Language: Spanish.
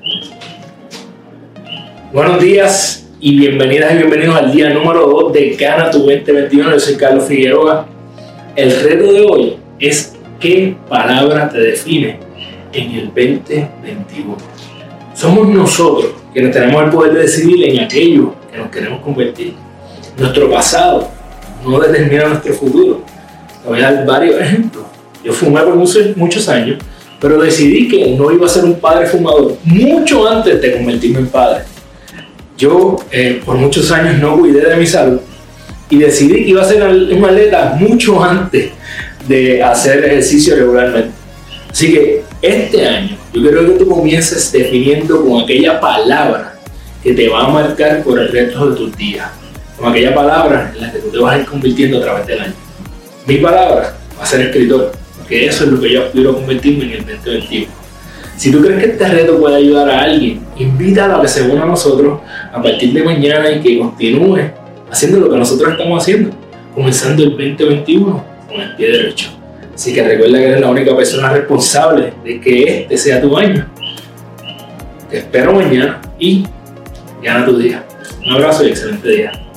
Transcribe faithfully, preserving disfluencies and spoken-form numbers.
Buenos días y bienvenidas y bienvenidos al día número dos de Gana tu veinte veintiuno. Yo soy Carlos Figueroa. El reto de hoy es ¿qué palabra te define en el veinte veintiuno? Somos nosotros quienes tenemos el poder de decidir en aquello que nos queremos convertir. Nuestro pasado no determina nuestro futuro. Te voy a dar varios ejemplos. Yo fumé por muchos, muchos años, pero decidí que no iba a ser un padre fumador mucho antes de convertirme en padre. Yo eh, por muchos años no cuidé de mi salud y decidí que iba a ser un atleta mucho antes de hacer ejercicio regularmente. Así que este año yo quiero que tú comiences definiendo con aquella palabra que te va a marcar por el resto de tus días, con aquella palabra en la que tú te vas a ir convirtiendo a través del año. Mi palabra va a ser escritor, porque eso es lo que yo aspiro a convertirme en el veinte veintiuno. Si tú crees que este reto puede ayudar a alguien, invítalo a que se una a nosotros a partir de mañana y que continúe haciendo lo que nosotros estamos haciendo, comenzando el veinte veintiuno con el pie derecho. Así que recuerda que eres la única persona responsable de que este sea tu año. Te espero mañana y gana tu día. Un abrazo y excelente día.